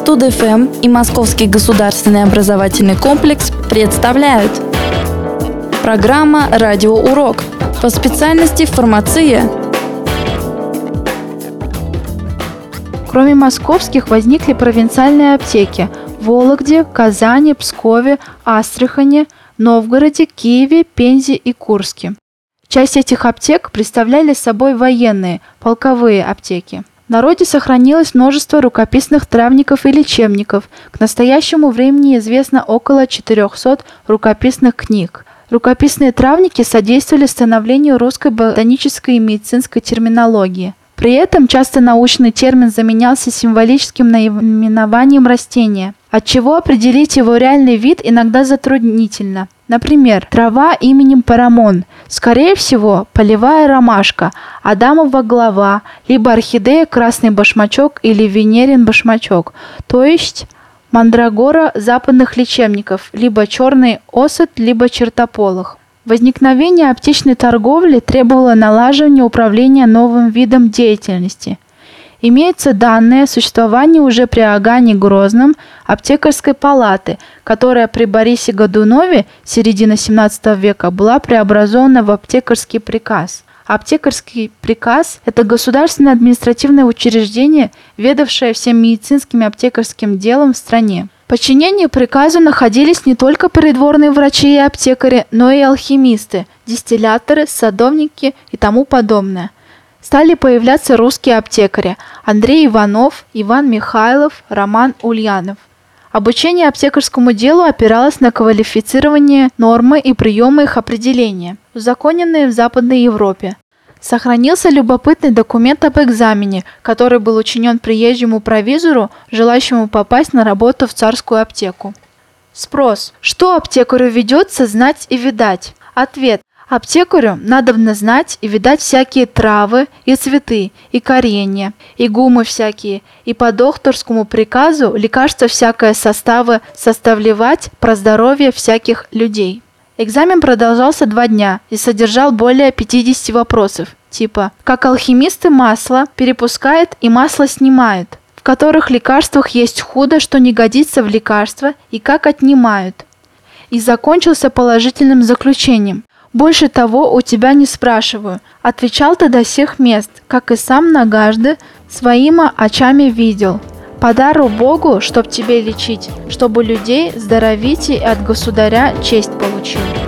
Студ.ФМ и Московский государственный образовательный комплекс представляют программа «Радиоурок» по специальности «Фармация». Кроме московских возникли провинциальные аптеки в Вологде, Казани, Пскове, Астрахани, Новгороде, Киеве, Пензе и Курске. Часть этих аптек представляли собой военные, полковые аптеки. В народе сохранилось множество рукописных травников и лечебников. К настоящему времени известно около 400 рукописных книг. Рукописные травники содействовали становлению русской ботанической и медицинской терминологии. При этом часто научный термин заменялся символическим наименованием растения, отчего определить его реальный вид иногда затруднительно. Например, трава именем Парамон, скорее всего, полевая ромашка, адамова голова, либо орхидея красный башмачок или венерин башмачок, то есть мандрагора западных лечебников, либо черный осад, либо чертополох. Возникновение аптечной торговли требовало налаживания управления новым видом деятельности. Имеются данные о существовании уже при Иоганне Грозном аптекарской палаты, которая при Борисе Годунове середины XVII века была преобразована в аптекарский приказ. Аптекарский приказ – это государственное административное учреждение, ведавшее всем медицинским и аптекарским делом в стране. В подчинении приказу находились не только придворные врачи и аптекари, но и алхимисты, дистилляторы, садовники и тому подобное. Стали появляться русские аптекари – Андрей Иванов, Иван Михайлов, Роман Ульянов. Обучение аптекарскому делу опиралось на квалифицирование, нормы и приемы их определения, узаконенные в Западной Европе. Сохранился любопытный документ об экзамене, который был учинен приезжему провизору, желающему попасть на работу в царскую аптеку. Спрос. Что аптекарю ведется знать и видать? Ответ. Аптекарю надобно знать и видать всякие травы и цветы, и коренья, и гумы всякие, и по докторскому приказу лекарства всякое составы составлевать про здоровье всяких людей. Экзамен продолжался 2 дня и содержал более 50 вопросов, типа «Как алхимисты масло перепускают и масло снимают», в которых лекарствах есть худо, что не годится в лекарство, и как отнимают. И закончился положительным заключением. «Больше того у тебя не спрашиваю. Отвечал ты до сих мест, как и сам нагажды своими очами видел. По дару Богу, чтоб тебе лечить, чтобы людей здоровить и от государя честь получил».